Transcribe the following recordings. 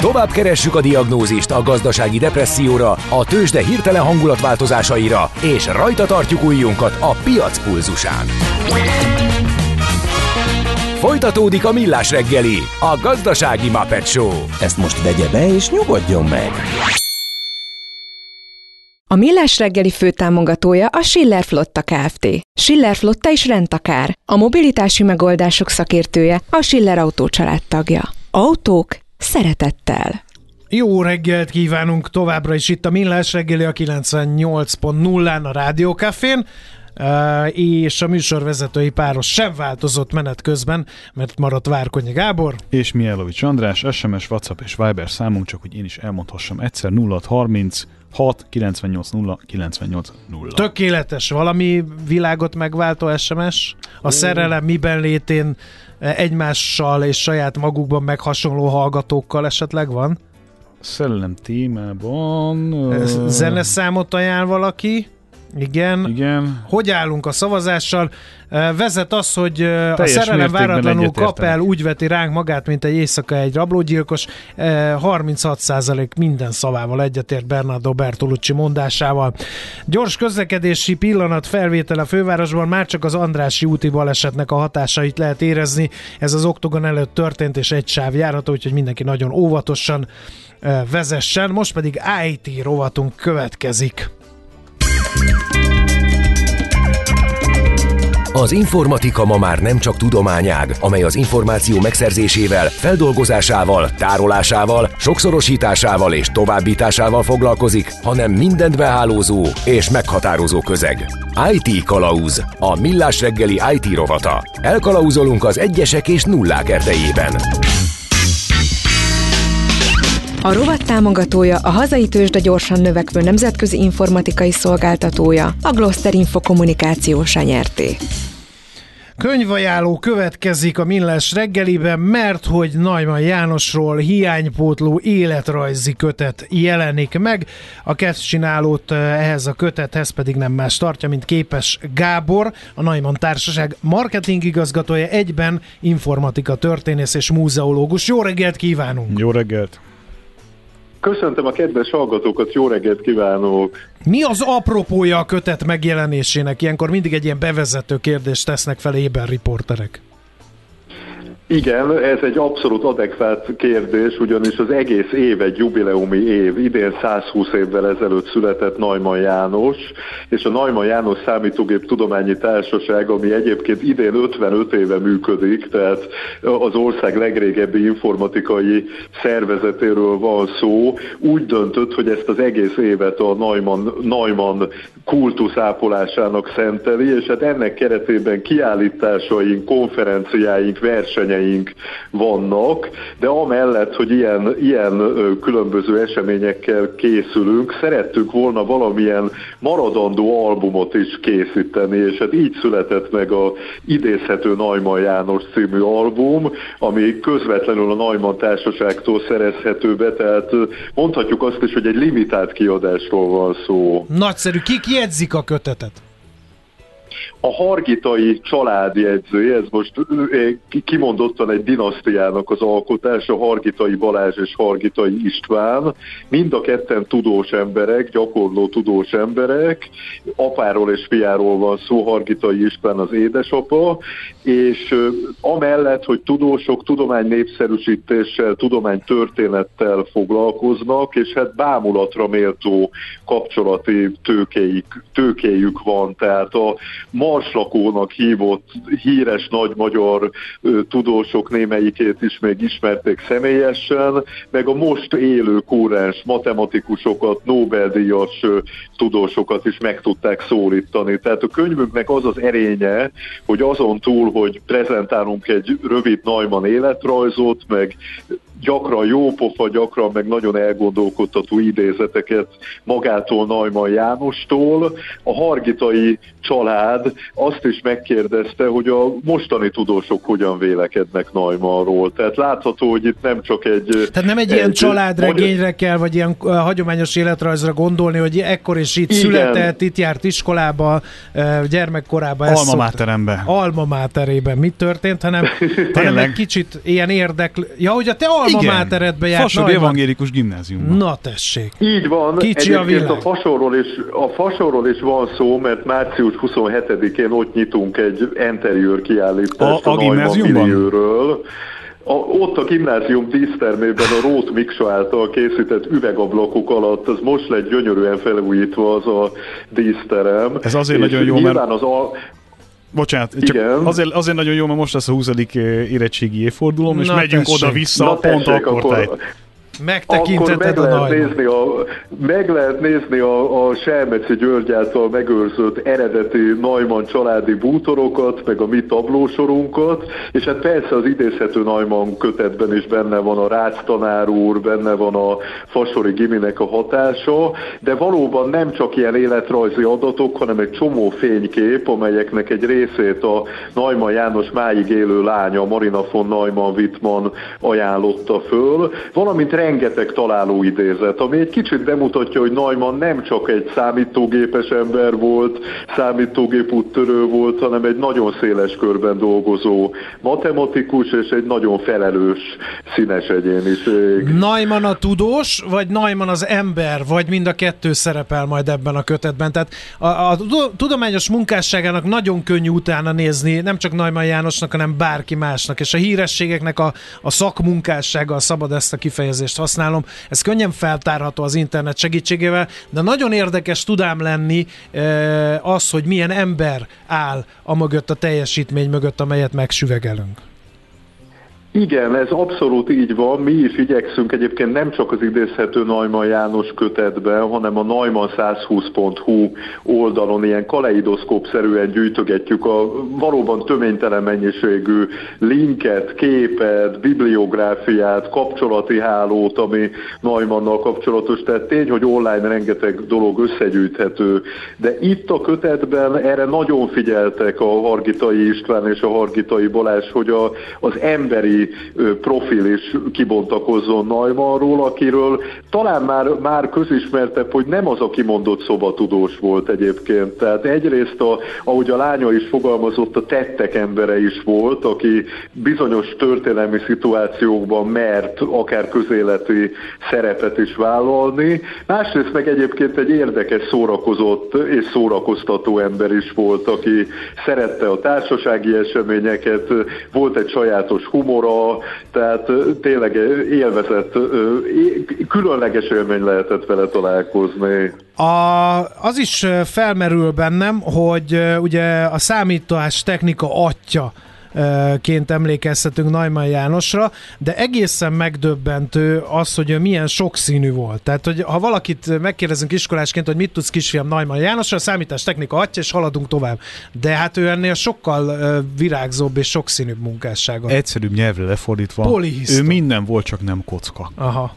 Tovább keressük a diagnózist a gazdasági depresszióra, a tőzsde hirtelen hangulatváltozásaira, és rajta tartjuk ujjunkat a piac pulzusán. Folytatódik a Millás reggeli, a gazdasági Muppet Show. Ezt most vegye be és nyugodjon meg! A Millás reggeli főtámogatója a Schiller Flotta Kft. Schiller Flotta is rendtakár. A mobilitási megoldások szakértője, a Schiller Autó család tagja. Autók szeretettel. Jó reggelt kívánunk továbbra is itt a Millás reggeli a 98.0-án a Rádió Cafén, és a műsorvezetői páros sem változott menet közben, mert maradt Várkonyi Gábor. És Mielovics András, SMS, WhatsApp és Viber számunk, csak hogy én is elmondhassam egyszer 0630 6 98 0 98 0. Tökéletes, valami világot megváltó SMS? A szerelem miben létén egymással és saját magukban meghasonló hallgatókkal esetleg van? Szerelem témában... Zeneszámot ajánl valaki? Igen. Hogy állunk a szavazással? Vezet az, hogy a szerelem váratlanul kap el, úgy veti ránk magát, mint egy éjszaka egy rablógyilkos. 36% minden szavával egyetért Bernardo Bertolucci mondásával. Gyors közlekedési pillanat felvétel a fővárosban, már csak az Andrássy úti balesetnek a hatásait lehet érezni. Ez az Oktogon előtt történt, és egy sáv járható, úgyhogy mindenki nagyon óvatosan vezessen. Most pedig IT rovatunk következik. Az informatika ma már nem csak tudományág, amely az információ megszerzésével, feldolgozásával, tárolásával, sokszorosításával és továbbításával foglalkozik, hanem mindent behálózó és meghatározó közeg. IT Kalauz, a Millás reggeli IT rovata. Elkalauzolunk az egyesek és nullák erdejében. A rovat támogatója a hazai tőzsde gyorsan növekvő nemzetközi informatikai szolgáltatója, a Gloster Info Kommunikáció Nyrt. Könyvajánló következik a Millás reggeliben, mert hogy Neumann Jánosról hiánypótló életrajzi kötet jelenik meg. A kezdcsinálót ehhez a kötethez pedig nem más tartja, mint Képes Gábor, a Neumann Társaság marketingigazgatója, egyben informatika történész és múzeológus. Jó reggelt kívánunk! Jó reggelt! Köszöntöm a kedves hallgatókat, jó reggelt kívánok! Mi az apropója a kötet megjelenésének? Ilyenkor mindig egy ilyen bevezető kérdést tesznek fel éber riporterek. Igen, ez egy abszolút adekvát kérdés, ugyanis az egész év egy jubileumi év. Idén 120 évvel ezelőtt született Neumann János, és a Neumann János Számítógép Tudományi Társaság, ami egyébként idén 55 éve működik, tehát az ország legrégebbi informatikai szervezetéről van szó, úgy döntött, hogy ezt az egész évet a Neumann kultusz ápolásának szenteli, és hát ennek keretében kiállításaink, konferenciáink, versenyeink vannak, de amellett, hogy ilyen különböző eseményekkel készülünk, szerettünk volna valamilyen maradandó albumot is készíteni, és hát így született meg a Idézhető Neumann János című album, ami közvetlenül a Neumann Társaságtól szerezhető be, tehát mondhatjuk azt is, hogy egy limitált kiadásról van szó. Nagyszerű, kik jegyzik a kötetet? A Hargitai családjegyzője, ez most kimondottan egy dinasztiának az alkotása, Hargitai Balázs és Hargitai István, mind a ketten tudós emberek, gyakorló tudós emberek, apáról és fiáról van szó, Hargitai István az édesapa, és amellett, hogy tudósok tudománynépszerűsítéssel, tudománytörténettel foglalkoznak, és hát bámulatra méltó kapcsolati tőkéjük van, tehát a marslakónak hívott híres nagy magyar tudósok némelyikét is még ismerték személyesen, meg a most élő kúrens matematikusokat, Nobel-díjas tudósokat is meg tudták szólítani. Tehát a könyvünknek az az erénye, hogy azon túl, hogy prezentálunk egy rövid Neumann életrajzot, meg gyakran jópofa, gyakran meg nagyon elgondolkodtató idézeteket magától, Neumann Jánostól. A Hargitai család azt is megkérdezte, hogy a mostani tudósok hogyan vélekednek Neumannról. Tehát látható, hogy itt nem csak egy... Tehát nem egy ilyen családregényre kell, vagy ilyen hagyományos életrajzra gondolni, hogy ekkor is itt született, itt járt iskolába, gyermekkorában. Alma máterembe. Alma máterében mi történt, hanem egy kicsit ilyen érdeklő... Ja, hogy a te alma máteredbe járt. Fasori evangélikus gimnáziumban. Na tessék. Így van. Kicsi a világ. A Fasonról is van szó, mert március 27-én ott nyitunk egy interiőr kiállítást a Neumann millióről. Ott a gimnázium dísztermében a Róth Miksa által készített üvegablakok alatt, az most lett gyönyörűen felújítva az a díszterem. Ez azért nagyon jó, mert... Bocsánat, csak azért nagyon jó, mert most lesz a 20. érettségi évfordulóm, és megyünk oda-vissza, pont akkor megtekinteted a meg lehet nézni a Selmeci György által megőrzött eredeti Neumann családi bútorokat, meg a mi tablósorunkat, és hát persze az idézhető Neumann kötetben is benne van a Rácz tanár úr, benne van a Fasori giminek a hatása, de valóban nem csak ilyen életrajzi adatok, hanem egy csomó fénykép, amelyeknek egy részét a Neumann János máig élő lánya, Marina von Neumann-Wittmann ajánlotta föl, valamint rengeteg találó idézet, ami egy kicsit bemutatja, hogy Neumann nem csak egy számítógépes ember volt, számítógép úttörő volt, hanem egy nagyon széles körben dolgozó matematikus, és egy nagyon felelős színes egyéniség. Neumann a tudós, vagy Neumann az ember, vagy mind a kettő szerepel majd ebben a kötetben. Tehát a tudományos munkásságának nagyon könnyű utána nézni, nem csak Neumann Jánosnak, hanem bárki másnak, és a hírességeknek a szakmunkássággal szabad ezt a kifejezést használom. Ez könnyen feltárható az internet segítségével, de nagyon érdekes tudám lenni az, hogy milyen ember áll amögött a teljesítmény mögött, amelyet megsüvegelünk. Igen, ez abszolút így van. Mi is igyekszünk egyébként nem csak az idézhető Neumann János kötetben, hanem a neumann120.hu oldalon ilyen kaleidoszkópszerűen gyűjtögetjük a valóban töménytelen mennyiségű linket, képet, bibliográfiát, kapcsolati hálót, ami Neumannnal kapcsolatos. Tehát tény, hogy online rengeteg dolog összegyűjthető. De itt a kötetben erre nagyon figyeltek a Hargitai István és a Hargitai Balázs, hogy az emberi profil is kibontakozzon Neumannról, akiről talán már közismertebb, hogy nem az a kimondott szobatudós volt egyébként. Tehát egyrészt, ahogy a lánya is fogalmazott, a tettek embere is volt, aki bizonyos történelmi szituációkban mert akár közéleti szerepet is vállalni. Másrészt meg egyébként egy érdekes, szórakozott és szórakoztató ember is volt, aki szerette a társasági eseményeket, volt egy sajátos humora, tehát tényleg élvezett, különleges élmény lehetett vele találkozni. Az is felmerül bennem, hogy ugye a számítás technika atya ként emlékeztetünk Neumann Jánosra, de egészen megdöbbentő az, hogy milyen sokszínű volt. Tehát, hogy ha valakit megkérdezünk iskolásként, hogy mit tudsz kisfiam Neumann Jánosra, a számítástechnika atya, és haladunk tovább. De hát ő ennél sokkal virágzóbb és sokszínűbb munkássága. Egyszerűbb nyelvre lefordítva. Polihiszta. Ő minden volt, csak nem kocka. Aha.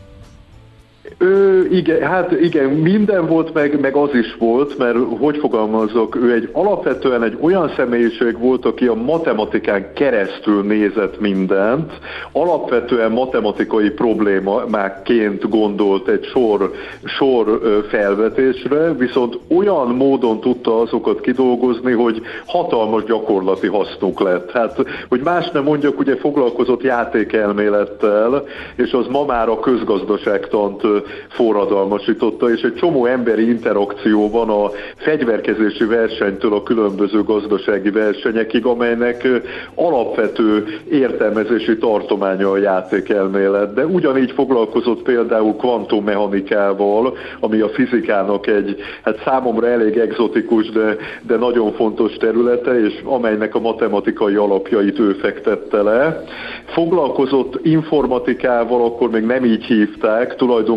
Igen, minden volt, meg az is volt, mert hogy fogalmazok, ő alapvetően egy olyan személyiség volt, aki a matematikán keresztül nézett mindent, alapvetően matematikai problémáként gondolt egy sor felvetésre, viszont olyan módon tudta azokat kidolgozni, hogy hatalmas gyakorlati hasznuk lett. Hát, hogy más nem mondjak, ugye foglalkozott játékelmélettel, és az ma már a közgazdaságtant forradalmasította, és egy csomó emberi interakció van a fegyverkezési versenytől a különböző gazdasági versenyekig, amelynek alapvető értelmezési tartománya a játékelmélet. De ugyanígy foglalkozott például kvantummechanikával, ami a fizikának egy, hát számomra elég egzotikus, de nagyon fontos területe, és amelynek a matematikai alapjait ő fektette le. Foglalkozott informatikával, akkor még nem így hívták, tulajdonképpen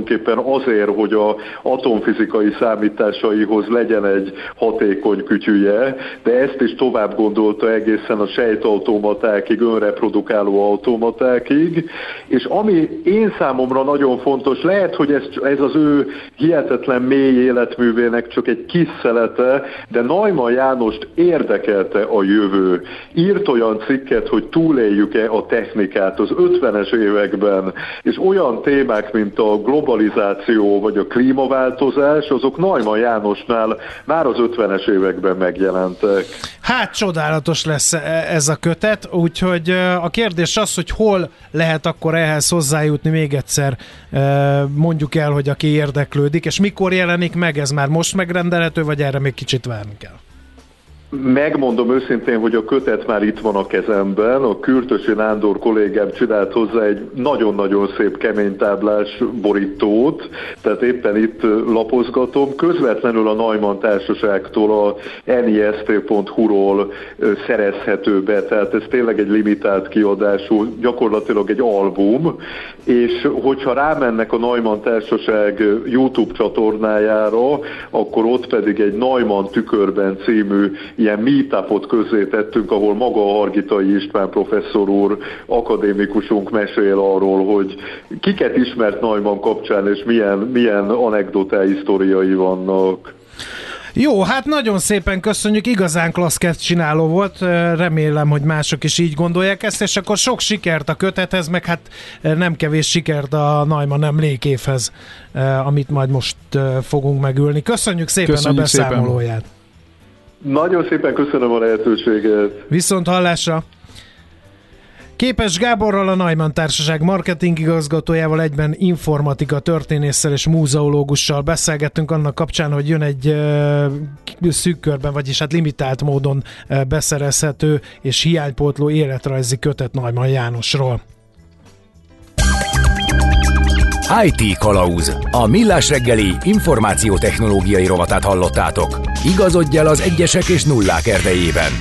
tulajdonképpen azért, hogy az atomfizikai számításaihoz legyen egy hatékony kütyüje, de ezt is tovább gondolta egészen a sejtautomatákig, önreprodukáló automatákig, és ami én számomra nagyon fontos, lehet, hogy ez az ő hihetetlen mély életművének csak egy kis szelete, de Neumann Jánost érdekelte a jövő. Írt olyan cikket, hogy túléljük-e a technikát az 50-es években, és olyan témák, mint a globalizáció vagy a klímaváltozás, azok Neumann Jánosnál már az 50-es években megjelentek. Hát csodálatos lesz ez a kötet, úgyhogy a kérdés az, hogy hol lehet akkor ehhez hozzájutni még egyszer, mondjuk el, hogy aki érdeklődik, és mikor jelenik meg, ez már most megrendelhető, vagy erre még kicsit várni kell? Megmondom őszintén, hogy a kötet már itt van a kezemben. A Kürtösi Nándor kollégám csinált hozzá egy nagyon-nagyon szép keménytáblás borítót, tehát éppen itt lapozgatom. Közvetlenül a Neumann Társaságtól, a nist.hu-ról szerezhető be, tehát ez tényleg egy limitált kiadású, gyakorlatilag egy album, és hogyha rámennek a Neumann Társaság YouTube csatornájára, akkor ott pedig egy Neumann tükörben című ilyen meetupot közzétettünk, ahol maga a Hargitai István professzor úr, akadémikusunk mesél arról, hogy kiket ismert Neumann kapcsán, és milyen anekdotái, sztoriai vannak. Jó, hát nagyon szépen köszönjük, igazán klassz csináló volt, remélem, hogy mások is így gondolják ezt, és akkor sok sikert a kötethez, meg hát nem kevés sikert a Neumann emlékévhez, amit majd most fogunk megülni. Köszönjük szépen a beszámolóját! Szépen. Nagyon szépen köszönöm a lehetőséget. Viszont hallásra. Képes Gáborral, a Neumann Társaság marketing igazgatójával, egyben informatika történésszel és múzeológussal beszélgettünk annak kapcsán, hogy jön egy szűk körben, vagyis hát limitált módon beszerezhető és hiánypótló életrajzi kötet Neumann Jánosról. IT Kalauz. A Millás reggeli információtechnológiai rovatát hallottátok. Igazodj el az egyesek és nullák erdejében.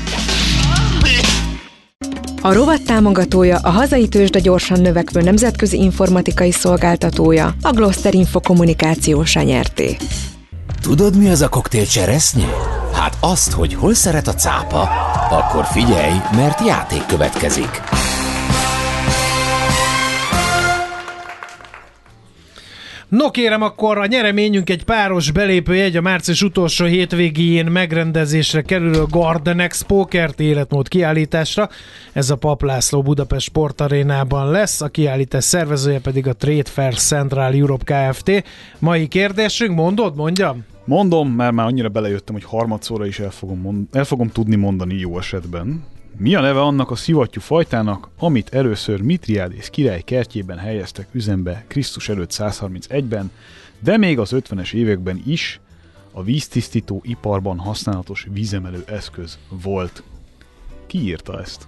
A rovat támogatója, a hazai tőzsde gyorsan növekvő nemzetközi informatikai szolgáltatója, a Gloster Info Kommunikációs Nyerté. Tudod, mi az a koktél cseresznye? Hát azt, hogy hol szeret a cápa. Akkor figyelj, mert játék következik. No kérem, akkor a nyereményünk egy páros belépőjegy a március utolsó hétvégén megrendezésre kerülő Gardenex Pókert életmód kiállításra. Ez a Papp László Budapest Sportarénában lesz, a kiállítás szervezője pedig a Trade Fair Central Europe Kft. Mai kérdésünk, mondjam? Mondom, mert már annyira belejöttem, hogy harmadszorra is el fogom tudni mondani jó esetben. Mi a neve annak a szivattyú fajtának, amit először Mitriádész király kertjében helyeztek üzembe Krisztus előtt 131-ben, de még az 50-es években is a víztisztító iparban használatos vízemelő eszköz volt. Ki írta ezt?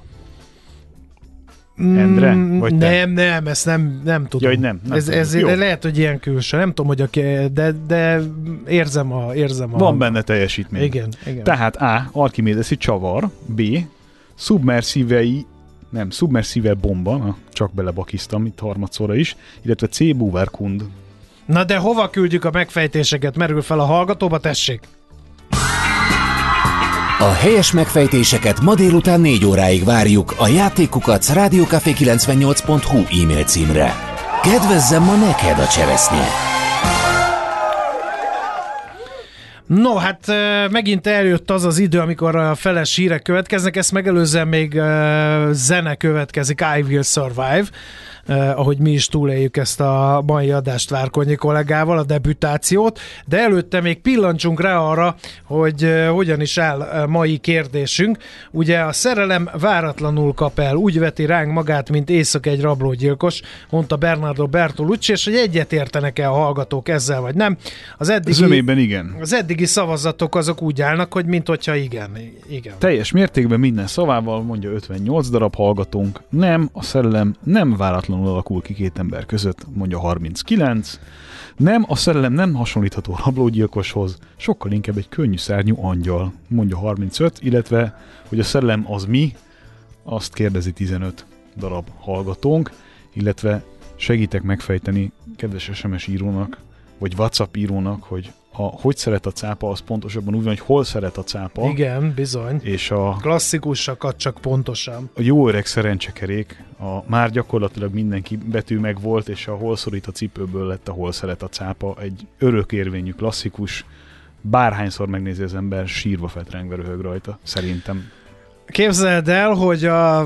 Endre? Vagy te? Nem, ezt nem tudom. Ja, hogy nem ez lehet, hogy ilyen külső. Nem tudom, hogy de érzem a... Van benne teljesítmény. Igen. Tehát A. Archimédeszi csavar, B. Submersivel bomba, csak belebakiztam itt harmadszorra is, illetve C. Buverkund. Na de hova küldjük a megfejtéseket? Merül fel a hallgatóba, tessék! A helyes megfejtéseket ma délután 4 óráig várjuk a játékukac@rádiókafé98.hu e-mail címre. Kedvezzem ma neked a cseresznye! No, hát megint eljött az idő, amikor a feles hírek következnek, ezt megelőzően még zene következik, I Will Survive, ahogy mi is túléljük ezt a mai adást Várkonyi kollégával, a debütációt, de előtte még pillancsunk rá arra, hogy hogyan is áll mai kérdésünk. Ugye a szerelem váratlanul kap el, úgy veti ránk magát, mint éjszaka egy rablógyilkos, mondta Bernardo Bertolucci, és hogy egyetértenek-e a hallgatók ezzel, vagy nem. Zömében igen. Az eddigi szavazatok azok úgy állnak, hogy minthogyha igen. Teljes mértékben minden szavával, mondja 58 darab hallgatónk. Nem, a szerelem nem váratlanul alakul ki két ember között, mondja 39. Nem, a szerelem nem hasonlítható rablógyilkoshoz, sokkal inkább egy könnyű szárnyú angyal, mondja 35, illetve, hogy a szerelem az mi, azt kérdezi 15 darab hallgatónk, illetve segítek megfejteni kedves SMS írónak, vagy WhatsApp írónak, hogy hogy szeret a cápa, az pontosabban úgy van, hogy hol szeret a cápa. Igen, bizony. És a klasszikusakat csak pontosan. A jó öreg szerencsekerék, már gyakorlatilag mindenki betű megvolt, és a hol szorít a cipőből lett a hol szeret a cápa. Egy örökérvényű klasszikus, bárhányszor megnézi az ember, sírva fetrengve röhög rajta, szerintem. Képzeld el, hogy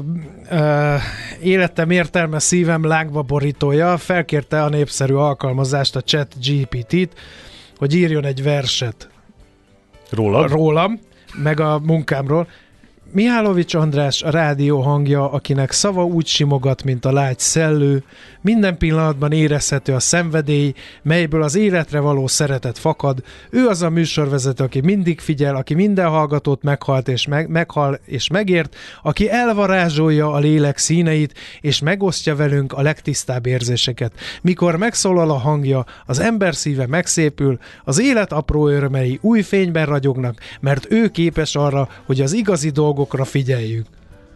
életem értelme szívem lángba borítója felkérte a népszerű alkalmazást, a ChatGPT-t, hogy írjon egy verset. Rólam, meg a munkámról. Mihálovics András a rádió hangja, akinek szava úgy simogat, mint a lágy szellő, minden pillanatban érezhető a szenvedély, melyből az életre való szeretet fakad. Ő az a műsorvezető, aki mindig figyel, aki minden hallgatót meghal és megért, aki elvarázsolja a lélek színeit, és megosztja velünk a legtisztább érzéseket. Mikor megszólal a hangja, az ember szíve megszépül, az élet apró örömei új fényben ragyognak, mert ő képes arra, hogy az igazi dolgokra figyeljünk.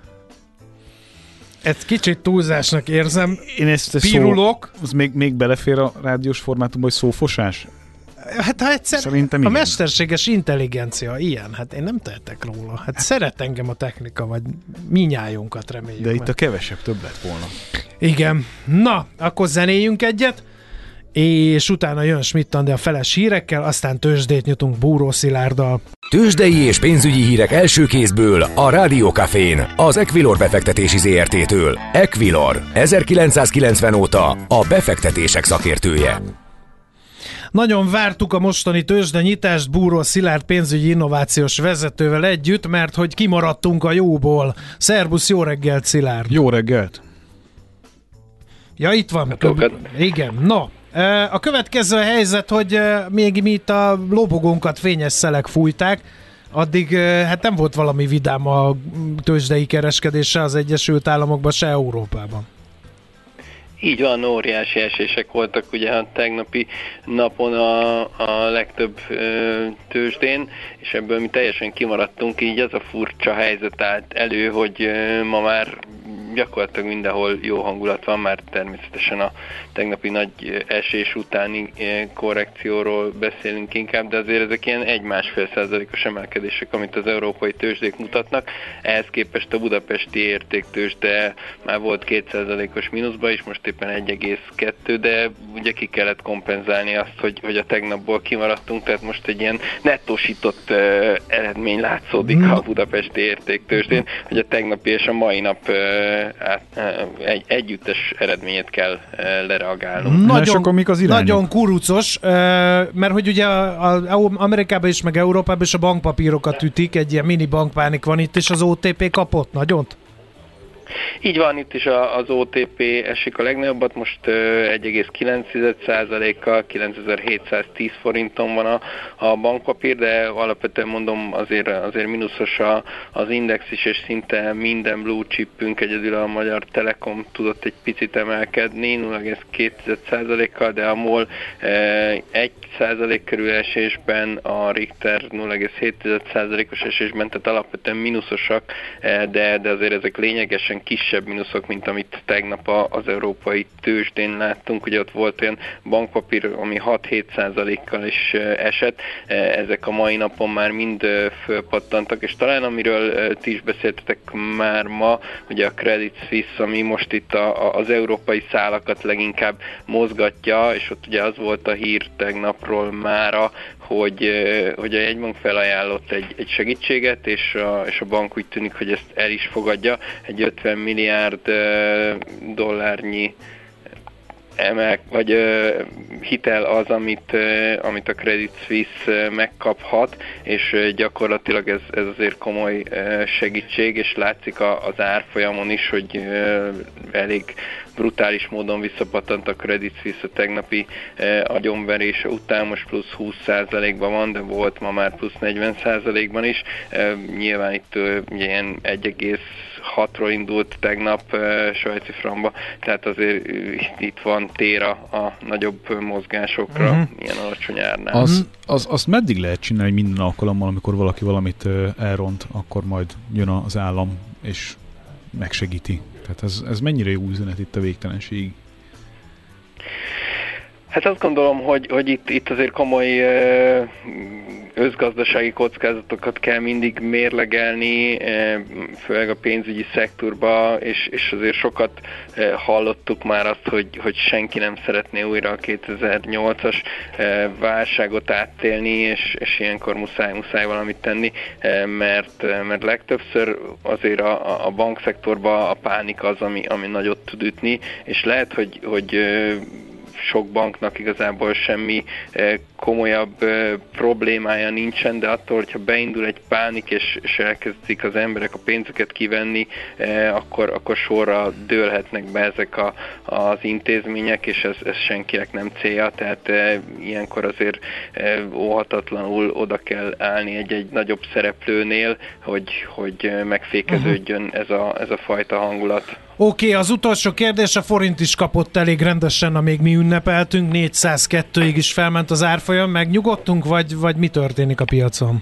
Ezt kicsit túlzásnak érzem. Én ezt pirulok. Az még belefér a rádiós formátumban, hogy szófosás? Hát ha egyszer szerintem a mesterséges intelligencia ilyen, hát én nem tehetek róla. Hát szeret engem a technika, vagy minnyájunkat reméljük. De itt a kevesebb több lett volna. Igen. Na, akkor zenéljünk egyet, és utána jön Schmidt-Andi a feles hírekkel, aztán tőzsdét nyitunk Búró Szilárddal. Tőzsdei és pénzügyi hírek első kézből a Rádió Cafén, az Equilor befektetési ZRT-től. Equilor, 1990 óta a befektetések szakértője. Nagyon vártuk a mostani tőzsdenyitást Búró Szilárd pénzügyi innovációs vezetővel együtt, mert hogy kimaradtunk a jóból. Szerbusz, jó reggelt, Szilárd! Jó reggelt! Ja, itt van. Igen, no. A következő helyzet, hogy még mi itt a lobogónkat fényes szelek fújták, addig hát nem volt valami vidám a tőzsdei kereskedés se az Egyesült Államokban, se Európában. Így van, óriási esések voltak ugye a tegnapi napon a legtöbb tőzsdén, és ebből mi teljesen kimaradtunk, így az a furcsa helyzet állt elő, hogy ma már gyakorlatilag mindenhol jó hangulat van, már természetesen a tegnapi nagy esés utáni korrekcióról beszélünk inkább, de azért ezek ilyen 1-1,5%-os emelkedések, amit az európai tőzsdék mutatnak. Ehhez képest a budapesti értéktőzsde már volt 2%-os mínuszba is, most éppen 1,2, de ugye ki kellett kompenzálni azt, hogy a tegnapból kimaradtunk, tehát most egy ilyen nettósított eredmény látszódik a budapesti értéktőzsdén, hogy a tegnapi és a mai nap egy együttes eredményet kell lereagálnunk. Nagyon kurucos, mert hogy ugye Amerikában is, meg Európában is a bankpapírokat ütik, egy ilyen mini bankpánik van itt, és az OTP kapott nagyot? Így van, itt is az OTP esik a legnagyobbat, most 1,9%-kal, 9710 forinton van a bankpapír, de alapvetően mondom azért mínuszos az index is, és szinte minden blue chipünk, egyedül a Magyar Telekom tudott egy picit emelkedni, 0,2%-kal, de a MOL 1% körül esésben, a Richter 0,7%-os esésben, tehát alapvetően mínuszosak, de azért ezek lényegesen kisebb mínuszok, mint amit tegnap az európai tőzsdén láttunk. Ugye ott volt olyan bankpapír, ami 6-7%-kal is esett. Ezek a mai napon már mind fölpattantak, és talán amiről ti is beszéltetek már ma, ugye a Credit Suisse, ami most itt az európai szálakat leginkább mozgatja, és ott ugye az volt a hír tegnapról mára, hogy a jegybank felajánlott egy segítséget, és a bank úgy tűnik, hogy ezt el is fogadja. Egy 50 milliárd dollárnyi hitel az, amit a Credit Suisse megkaphat, és gyakorlatilag ez azért komoly segítség, és látszik az árfolyamon is, hogy elég brutális módon visszapattant a Credit Suisse a tegnapi agyonverése után, most plusz 20%-ban van, de volt ma már plusz 40%-ban is. Nyilván itt ilyen 1,6-ról indult tegnap svájci frankba, tehát azért itt van tér a nagyobb mozgásokra, ilyen alacsony árnál. Azt meddig lehet csinálni minden alkalommal, amikor valaki valamit elront, akkor majd jön az állam és megsegíti? Tehát ez mennyire jó üzenet itt a végtelenségig? Hát azt gondolom, hogy itt azért komoly összgazdasági kockázatokat kell mindig mérlegelni, főleg a pénzügyi szektorba, és azért sokat hallottuk már azt, hogy senki nem szeretné újra a 2008-as válságot áttélni, és ilyenkor muszáj valamit tenni, mert legtöbbször azért a bankszektorban a pánik az, ami nagyot tud ütni, és lehet, hogy sok banknak igazából semmi komolyabb problémája nincsen, de attól, hogyha beindul egy pánik, és elkezdik az emberek a pénzüket kivenni, akkor sorra dőlhetnek be ezek az intézmények, és ez senkinek nem célja, tehát ilyenkor azért óhatatlanul oda kell állni egy nagyobb szereplőnél, hogy megfékeződjön ez a fajta hangulat. Oké, az utolsó kérdés, a forint is kapott elég rendesen, amíg mi ünnepeltünk, 402-ig is felment az árfolyam, megnyugodtunk, vagy mi történik a piacon?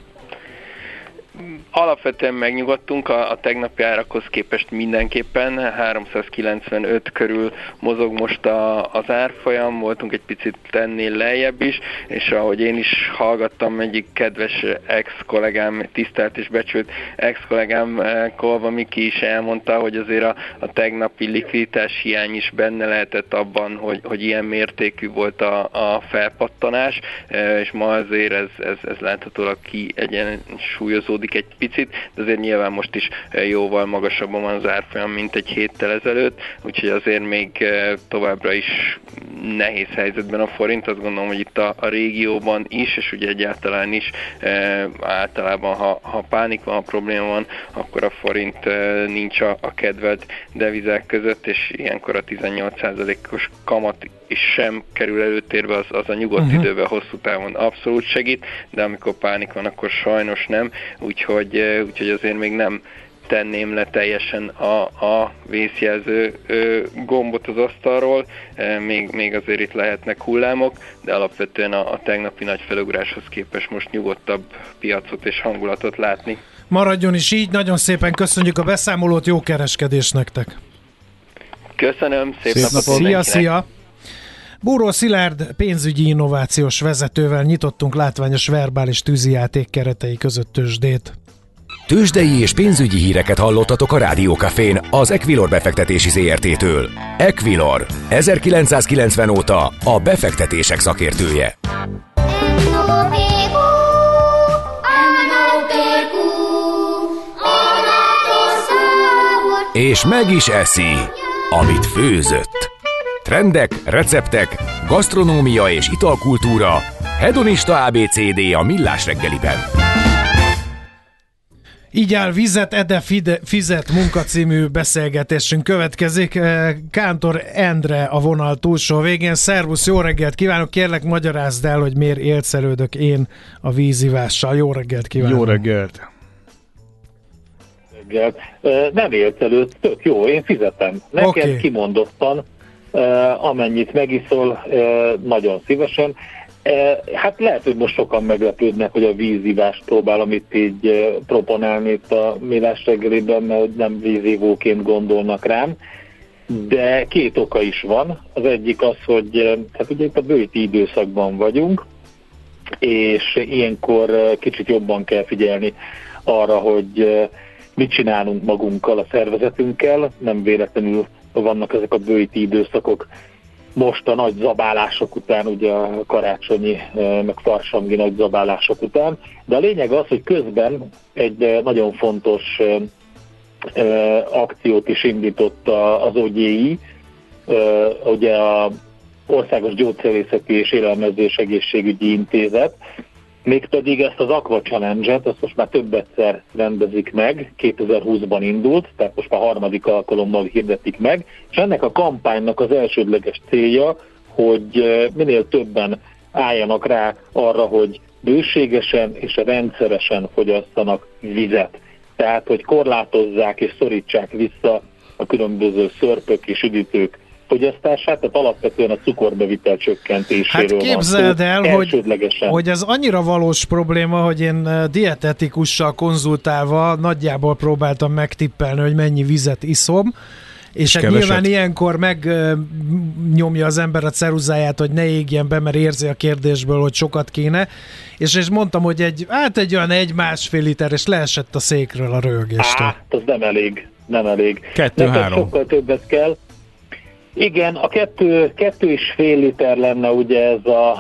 Alapvetően megnyugodtunk, a tegnapi árakhoz képest mindenképpen, 395 körül mozog most az árfolyam, voltunk egy picit ennél lejjebb is, és ahogy én is hallgattam, egyik kedves ex-kollégám, tisztelt és becsült ex-kollégám Kolva Miki is elmondta, hogy azért a tegnapi likviditás hiány is benne lehetett abban, hogy ilyen mértékű volt a felpattanás, és ma azért ez láthatólag kiegyensúlyozódik egy picit, de azért nyilván most is jóval magasabban van az árfolyam, mint egy héttel ezelőtt, úgyhogy azért még továbbra is nehéz helyzetben a forint. Azt gondolom, hogy itt a régióban is, és ugye egyáltalán is általában, ha pánik van, ha probléma van, akkor a forint nincs a kedvelt devizák között, és ilyenkor a 18%-os kamat is sem kerül előtérbe, az a nyugodt időben hosszú távon abszolút segít, de amikor pánik van, akkor sajnos nem, úgyhogy azért még nem tenném le teljesen a vészjelző gombot az asztalról, még azért itt lehetnek hullámok, de alapvetően a tegnapi nagy felugráshoz képest most nyugodtabb piacot és hangulatot látni. Maradjon is így, nagyon szépen köszönjük a beszámolót, jó kereskedés nektek! Köszönöm, szép napot! Szia! Búró Szilárd pénzügyi innovációs vezetővel nyitottunk látványos verbális tűzijáték keretei között tőzsdét. Tőzsdei és pénzügyi híreket hallottatok a Rádiókafén az Equilor befektetési ZRT-től. Equilor, 1990 óta a befektetések szakértője. És meg is eszi, amit főzött. Trendek, receptek, gasztronómia és italkultúra, hedonista ABCD a Millás reggeliben. Így áll vizet, Ede fizet munkacímű beszélgetésünk következik. Kántor Endre a vonal túlsó végén. Szervusz, jó reggelt kívánok! Kérlek, magyarázd el, hogy miért élszerődök én a vízivással. Jó reggelt kívánok! Jó reggelt! Nem élcelőd, tök jó, én fizetem. Neked kimondottan, amennyit megiszol, nagyon szívesen. Hát lehet, hogy most sokan meglepődnek, hogy a vízivást próbálom itt így proponálni itt a Millás reggeliben, mert nem vízivóként gondolnak rám, de két oka is van. Az egyik az, hogy hát ugye itt a bőti időszakban vagyunk, és ilyenkor kicsit jobban kell figyelni arra, hogy mit csinálunk magunkkal, a szervezetünkkel. Nem véletlenül vannak ezek a bőti időszakok most a nagy zabálások után, ugye a karácsonyi, meg farsangi nagy zabálások után. De a lényeg az, hogy közben egy nagyon fontos akciót is indított az OGI, ugye a Országos Gyógyszerészeti és Élelmezés Egészségügyi Intézet, mégpedig ezt az Aqua Challenge-et, azt most már több egyszer rendezik meg, 2020-ban indult, tehát most már harmadik alkalommal hirdetik meg, és ennek a kampánynak az elsődleges célja, hogy minél többen álljanak rá arra, hogy bőségesen és rendszeresen fogyasszanak vizet. Tehát, hogy korlátozzák és szorítsák vissza a különböző szörpök és üdítők fogyasztását, tehát alapvetően a cukorbevitel csökkentéséről van szó. Hát képzeld el, hogy ez annyira valós probléma, hogy én dietetikussal konzultálva nagyjából próbáltam megtippelni, hogy mennyi vizet iszom, és hát nyilván ilyenkor megnyomja az ember a ceruzáját, hogy ne égjen be, mert érzi a kérdésből, hogy sokat kéne, és mondtam, hogy egy olyan 1-1,5 liter, és leesett a székről a röhögéstől. Az nem elég. 2-3. Sokkal többet kell. Igen, a 2,5 liter lenne ugye ez a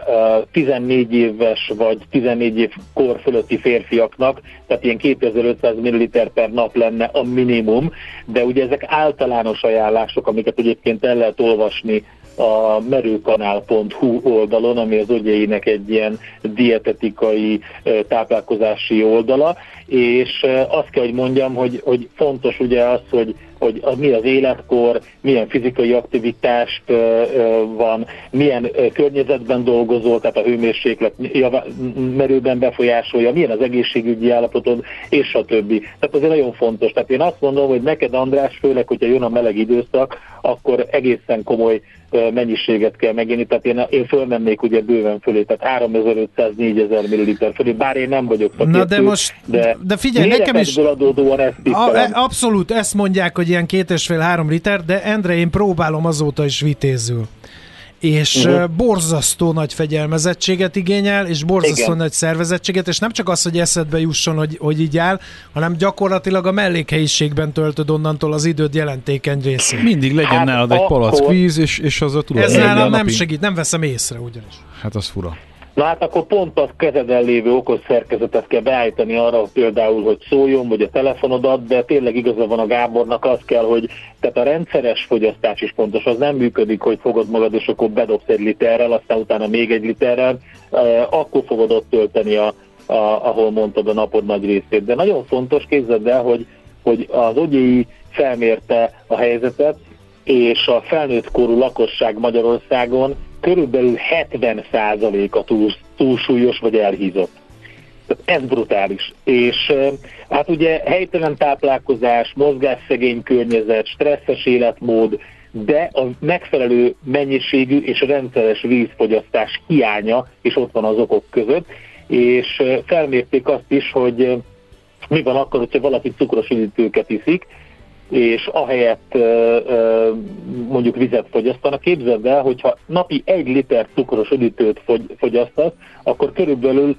14 éves vagy 14 év kor fölötti férfiaknak, tehát ilyen 2500 ml per nap lenne a minimum, de ugye ezek általános ajánlások, amiket egyébként el lehet olvasni a merőkanál.hu oldalon, ami az Ogyeinek egy ilyen dietetikai táplálkozási oldala, és azt kell, hogy mondjam, hogy fontos ugye az, hogy mi az életkor, milyen fizikai aktivitást van, milyen környezetben dolgozol, tehát a hőmérséklet merőben befolyásolja, milyen az egészségügyi állapotod, és a többi. Tehát azért nagyon fontos. Tehát én azt mondom, hogy neked, András, főleg, hogyha jön a meleg időszak, akkor egészen komoly mennyiséget kell meginni, tehát én fölmennék ugye bőven fölé, tehát 3500-4000 ml fölé, bár én nem vagyok szakértő, de figyelj, nekem is adódóan ezt abszolút ezt mondják, hogy ilyen 2,5-3 liter, de Endre, én próbálom azóta is vitézül. És borzasztó nagy fegyelmezettséget igényel, és borzasztó nagy szervezettséget, és nem csak az, hogy eszedbe jusson, hogy így áll, hanem gyakorlatilag a mellékhelyiségben töltöd onnantól az időd jelentékeny részét. Mindig legyen nálad egy palack víz, és az a tudod. Ez nálam nem segít, nem veszem észre ugyanis. Hát az fura. Na hát akkor pont a kezeden lévő okos szerkezetet kell beállítani arra például, hogy szóljon, vagy a telefonodat, de tényleg igaza van a Gábornak, az kell, hogy tehát a rendszeres fogyasztás is fontos, az nem működik, hogy fogod magad, és akkor bedobsz 1 literrel, aztán utána még 1 literrel, akkor fogod ott tölteni, ahol mondtad, a napod nagy részét. De nagyon fontos, képzeld el, hogy az Ogyei felmérte a helyzetet, és a felnőtt korú lakosság Magyarországon körülbelül 70%-a túlsúlyos vagy elhízott. Tehát ez brutális. És hát ugye helytelen táplálkozás, mozgásszegény környezet, stresszes életmód, de a megfelelő mennyiségű és rendszeres vízfogyasztás hiánya is ott van az okok között, és felmérték azt is, hogy mi van akkor, hogyha valaki cukros üdítőket iszik, és ahelyett mondjuk vizet fogyasztanak. Képzeld el, hogyha napi 1 liter cukros üdítőt fogyasztasz, akkor körülbelül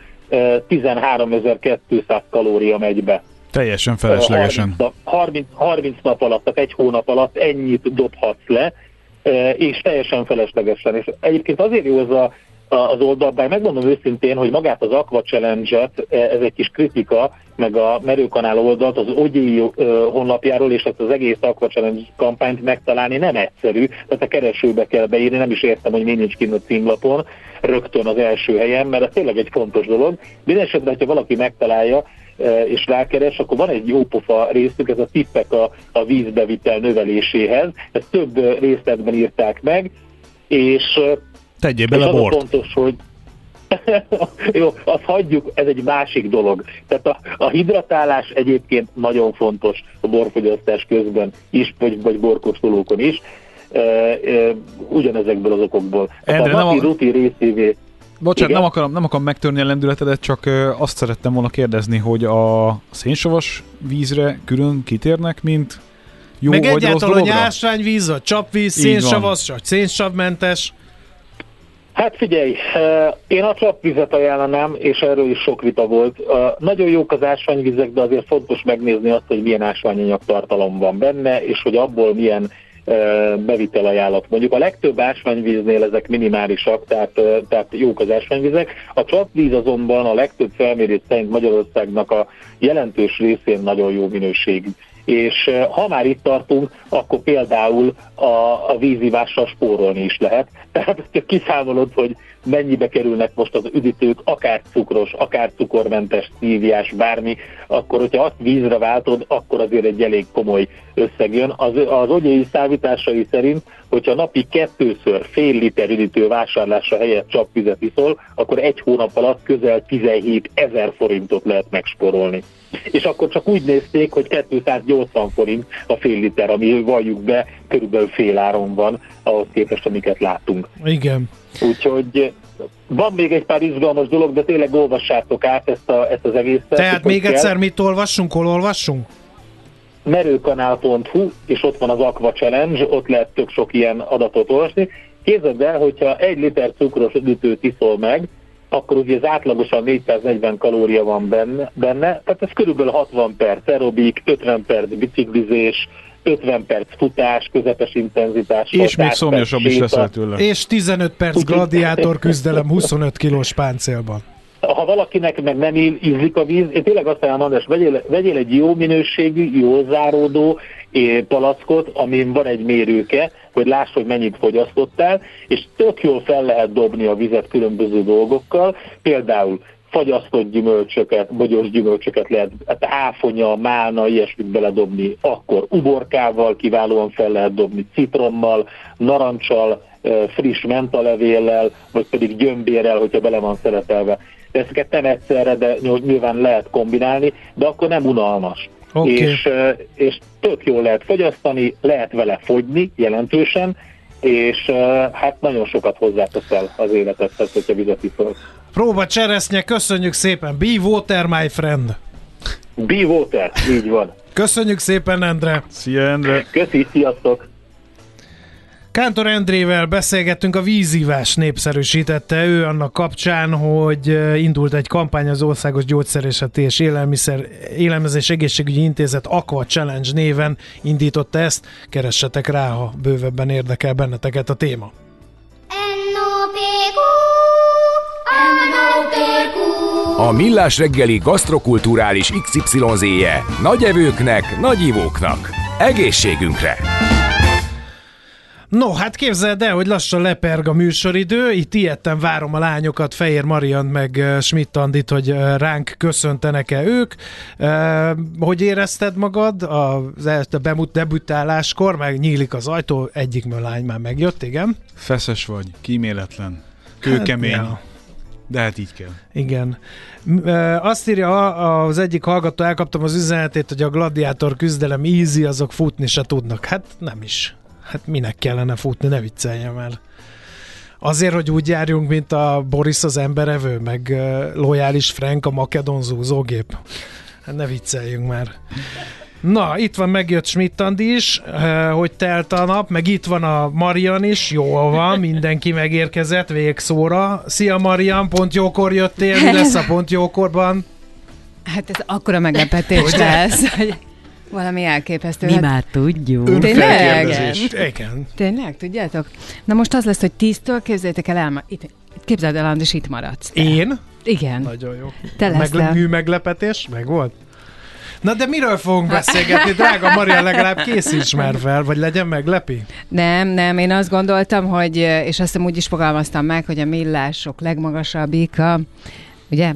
13.200 kalória megy be. Teljesen feleslegesen. 30 nap alatt, tehát 1 hónap alatt ennyit dobhatsz le, és teljesen feleslegesen. És egyébként azért jó ez az oldal, bár megmondom őszintén, hogy magát az Aqua Challenge-et, ez egy kis kritika, meg a merőkanál oldalt, az Ogyei honlapjáról, és ezt az egész Aqua Challenge kampányt megtalálni nem egyszerű, tehát a keresőbe kell beírni, nem is értem, hogy mi nincs kint a címlapon, rögtön az első helyen, mert ez tényleg egy fontos dolog. Minden esetben, ha valaki megtalálja, és rákeres, akkor van egy jópofa részük, ez a tippek a vízbevitel növeléséhez, ezt több részletben írták meg, és tegyél bele bort. Fontos, hogy jó, azt hagyjuk, ez egy másik dolog. Tehát a hidratálás egyébként nagyon fontos a borfogyasztás közben is, vagy borkóstolókon is, ugyanezekből az okokból. Endre, a napi rutin részévé. Bocsánat, nem akarom megtörni a lendületedet, csak azt szerettem volna kérdezni, hogy a szénsavas vízre külön kitérnek, mint jó meg vagy rossz egyáltalán, dologra? hogy ásványvíz, vagy csapvíz, szénsavas, vagy szénsavmentes. Hát figyelj, én a csapvizet ajánlanám, és erről is sok vita volt. Nagyon jók az ásványvizek, de azért fontos megnézni azt, hogy milyen ásványanyag tartalom van benne, és hogy abból milyen bevitelajánlat. Mondjuk a legtöbb ásványvíznél ezek minimálisak, tehát jók az ásványvizek. A csapvíz azonban a legtöbb felmérés szerint Magyarországnak a jelentős részén nagyon jó minőségű. És ha már itt tartunk, akkor például a vízivással spórolni is lehet. Tehát csak kiszámolod, hogy mennyibe kerülnek most az üdítők, akár cukros, akár cukormentes, szíviás, bármi, akkor hogyha azt vízre váltod, akkor azért egy elég komoly összeg jön. Az Ogyei számításai szerint, hogyha napi 2-ször fél liter üdítő vásárlása helyett csapvizet iszol, akkor 1 hónap alatt közel 17 000 forintot lehet megspórolni. És akkor csak úgy nézték, hogy 280 forint a fél liter, ami valljuk be, körülbelül fél áron van, ahhoz képest, amiket látunk. Igen. Úgyhogy van még egy pár izgalmas dolog, de tényleg olvassátok át ezt az egészet. Tehát még egyszer mit olvassunk, hol olvassunk? merőkanál.hu, és ott van az Aqua Challenge, ott lehet tök sok ilyen adatot olvasni. Képzeld el, hogyha 1 liter cukros üdítőt iszol meg, akkor ugye ez átlagosan 440 kalória van benne, tehát ez körülbelül 60 perc aerobik, 50 perc biciklizés, 50 perc futás, közepes intenzitás. És még szomjasabb is leszel tőle. És 15 perc gladiátor küzdelem 25 kilós páncélban. Ha valakinek meg nem ízlik a víz, én tényleg azt mondom, András, vegyél egy jó minőségű, jól záródó palackot, amin van egy mérőke, hogy láss, hogy mennyit fogyasztottál, és tök jól fel lehet dobni a vizet különböző dolgokkal, például fagyasztott gyümölcsöket, bogyós gyümölcsöket lehet, hát áfonya, málna, ilyesmit beledobni, akkor uborkával kiválóan fel lehet dobni, citrommal, narancsal, friss mentalevéllel, vagy pedig gyömbérrel, hogyha bele van szeretelve. Ezeket nem egyszerre, de nyilván lehet kombinálni, de akkor nem unalmas. Okay. És tök jól lehet fogyasztani, lehet vele fogyni jelentősen, és hát nagyon sokat hozzáteszel az életedhez, hogyha vizet iszol. Próba cseresznye, köszönjük szépen! Be water, my friend! Be water, így van. Köszönjük szépen, Endre! Szia, Endre! Köszi, sziasztok! Kántor Endrével beszélgettünk, a vízívás népszerűsítette ő annak kapcsán, hogy indult egy kampány az Országos Gyógyszerészeti és Élelmezés Egészségügyi Intézet Aqua Challenge néven indította ezt. Keressetek rá, ha bővebben érdekel benneteket a téma. A Millás reggeli gasztrokulturális XYZ-je nagy evőknek, nagy ivóknak. Egészségünkre! No, hát képzeld el, hogy lassan leperg a műsoridő, itt ilyetten várom a lányokat, Fejér Mariant meg Schmidt Andit, hogy ránk köszöntenek-e ők. Hogy érezted magad a debütáláskor? Meg nyílik az ajtó, egyik lány már megjött, igen? Feszes vagy, kíméletlen, kőkemény. Hát, ja. De hát így kell. Igen. Azt írja az egyik hallgató, elkaptam az üzenetét, hogy a gladiátor küzdelem easy, azok futni se tudnak. Hát nem is. Hát minek kellene futni, ne vicceljem el. Azért, hogy úgy járjunk, mint a Boris az emberevő, meg lojális Frank a makedon zúzógép. Hát ne vicceljünk már. Na, itt van, megjött Schmidt Andi is, hogy telt a nap, meg itt van a Marian is, jól van, mindenki megérkezett végszóra. Szia Marian, pont jókor jöttél, mi lesz a pont jókorban? Hát ez akkora meglepetés lesz, hogy valami elképesztő. Mi már tudjuk. Tényleg? Igen. Tényleg, tudjátok? Na most az lesz, hogy 10-től képzeljétek el, képzeld el, Andis, itt maradsz. Te. Én? Igen. Nagyon jó. Te leszel. Meglepetés? Meg volt? Na de miről fogunk beszélgetni? Drága Maria, legalább készíts már fel, vagy legyen meglepi? Nem, én azt gondoltam, hogy, és azt úgy is fogalmaztam meg, hogy a millások legmagasabbika, ugye?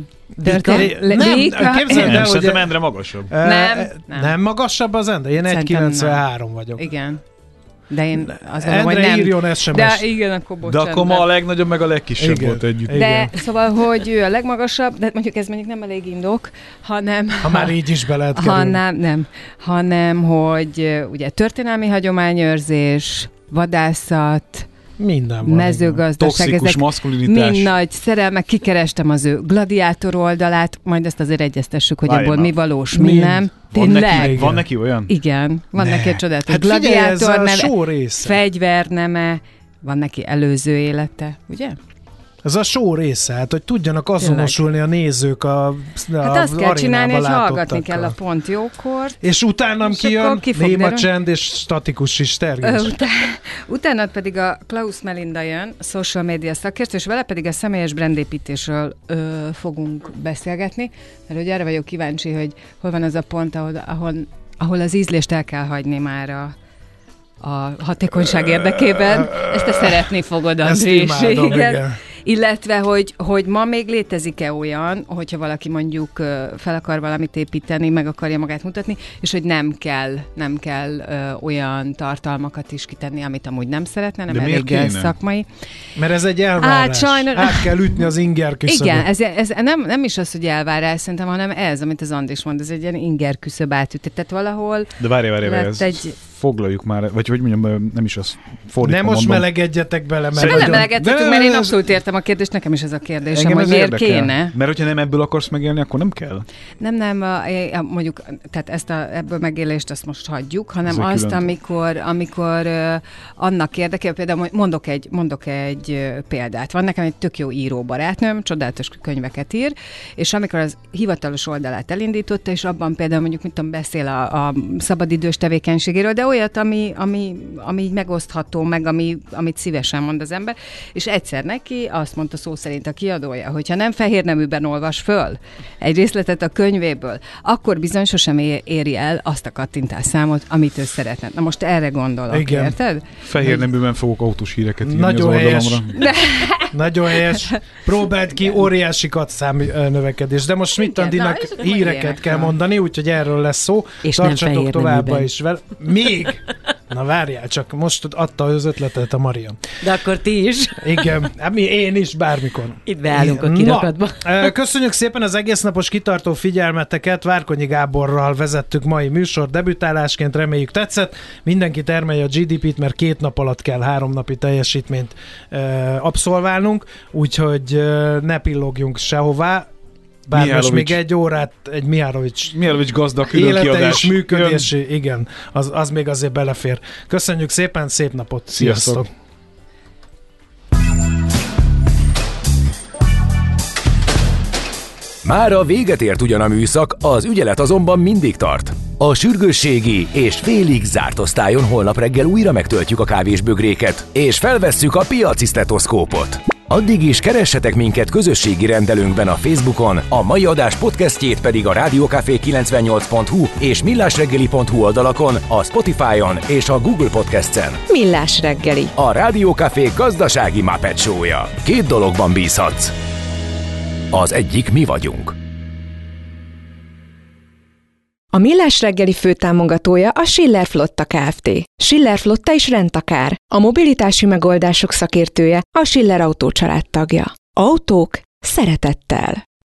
Nem, szerintem Endre magasabb. Nem magasabb az Endre? Én 1,93 vagyok. Igen. De én azt mondom, Endre hogy nem. írjon SMS. De igen, akkor bocsánat. De akkor ma a legnagyobb, meg a legkisebb volt együtt. De igen. Szóval, hogy ő a legmagasabb, de mondjuk ez mondjuk nem elég indok, hanem... Ha már így is be lehet kerülni. Hanem, hogy ugye történelmi hagyományőrzés, vadászat, minden van. Mezőgazdaság, toxikus maszkulinitás. Mind nagy szerelmek, kikerestem az ő gladiátor oldalát, majd ezt azért egyeztessük, hogy abból mi valós, mi nem. Van neki olyan? Igen, van neki egy csodálatos hát gladiátor neve, fegyverneme, van neki előző élete, ugye? Ez a show része, hát, hogy tudjanak azonosulni a nézők hát azt kell csinálni, hogy hallgatni kell a pont jókor. És utánam kijön néma csend és statikus is tergés. Utána pedig a Klaus Melinda jön, a social media szakértő, és vele pedig a személyes brandépítésről fogunk beszélgetni, mert hogy arra vagyok kíváncsi, hogy hol van az a pont, ahol az ízlést el kell hagyni már a hatékonyság érdekében. Ezt te szeretni fogod, Andrés. Igen. Illetve, hogy ma még létezik-e olyan, hogyha valaki mondjuk fel akar valamit építeni, meg akarja magát mutatni, és hogy nem kell olyan tartalmakat is kitenni, amit amúgy nem szeretne, nem elég szakmai. Mert ez egy elvárás. Át kell ütni az inger küszöböt. Igen, ez nem is az, hogy elvárás szerintem, hanem ez, amit az Andris mond, ez egy ilyen inger küszöb átütött. Tehát valahol... De várj, ez foglaljuk már, vagy hogy mondjam, nem is az fordítva nem most mondom. melegedjetek bele, mert nem melegedhetünk, mert én abszolút értem a kérdést, nekem is ez a kérdésem, hogy miért kéne. Mert hogyha nem ebből akarsz megélni, akkor nem kell. Nem, mondjuk, tehát ebből megélést azt most hagyjuk, hanem azt, amikor annak érdekében, például mondok egy példát. Van nekem egy tök jó író barátnőm, csodálatos könyveket ír, és amikor az hivatalos oldalát elindította, és abban például mondjuk, mit tudom, beszél a szabadidős tevékenységéről, de olyat, ami így megosztható, meg amit szívesen mond az ember, és egyszer neki azt mondta szó szerint a kiadója, hogyha nem fehér neműben olvas föl egy részletet a könyvéből, akkor bizony sosem éri el azt a kattintásszámot, amit ő szeretne. Na most erre gondolok, igen. Érted? Fehér neműben fogok autós híreket írni az oldalamra. Nagyon helyes. Próbáld ki, óriási kattszám növekedés. De most Schmidt-Andinak híreket kell mondani, úgyhogy erről lesz szó. És tartsatok továbbá is vele. Még? Na várjál, csak most adta az ötletet a Maria. De akkor ti is. Igen, én is bármikor. Itt beállunk a kirakatba. Köszönjük szépen az egésznapos kitartó figyelmeteket. Várkonyi Gáborral vezettük mai műsor debütálásként, reméljük tetszett. Mindenki termelje a GDP-t, mert 2 nap alatt kell 3 napi teljesítményt abszolválnunk, úgyhogy ne pillogjunk sehová. Bár most még egy órát egy Mihálovics gazda külön élete kiadás. és működési, igen, az még azért belefér. Köszönjük szépen, szép napot! Sziasztok! Mára véget ért ugyan a műszak, az ügyelet azonban mindig tart. A sürgősségi és félig zárt osztályon holnap reggel újra megtöltjük a kávésbögréket, és felvesszük a piaci sztetoszkópot. Addig is keressetek minket közösségi rendelőnkben a Facebookon, a mai adás podcastjét pedig a rádiókafé98.hu és millásreggeli.hu oldalakon, a Spotify-on és a Google Podcast-en. Millás reggeli. A Rádiókafé gazdasági Muppet show-ja. 2 dologban bízhatsz. Az egyik mi vagyunk. A Millás reggeli főtámogatója a Schiller Flotta Kft. Schiller Flotta is rendtakár. A mobilitási megoldások szakértője, a Schiller Autó család tagja. Autók szeretettel.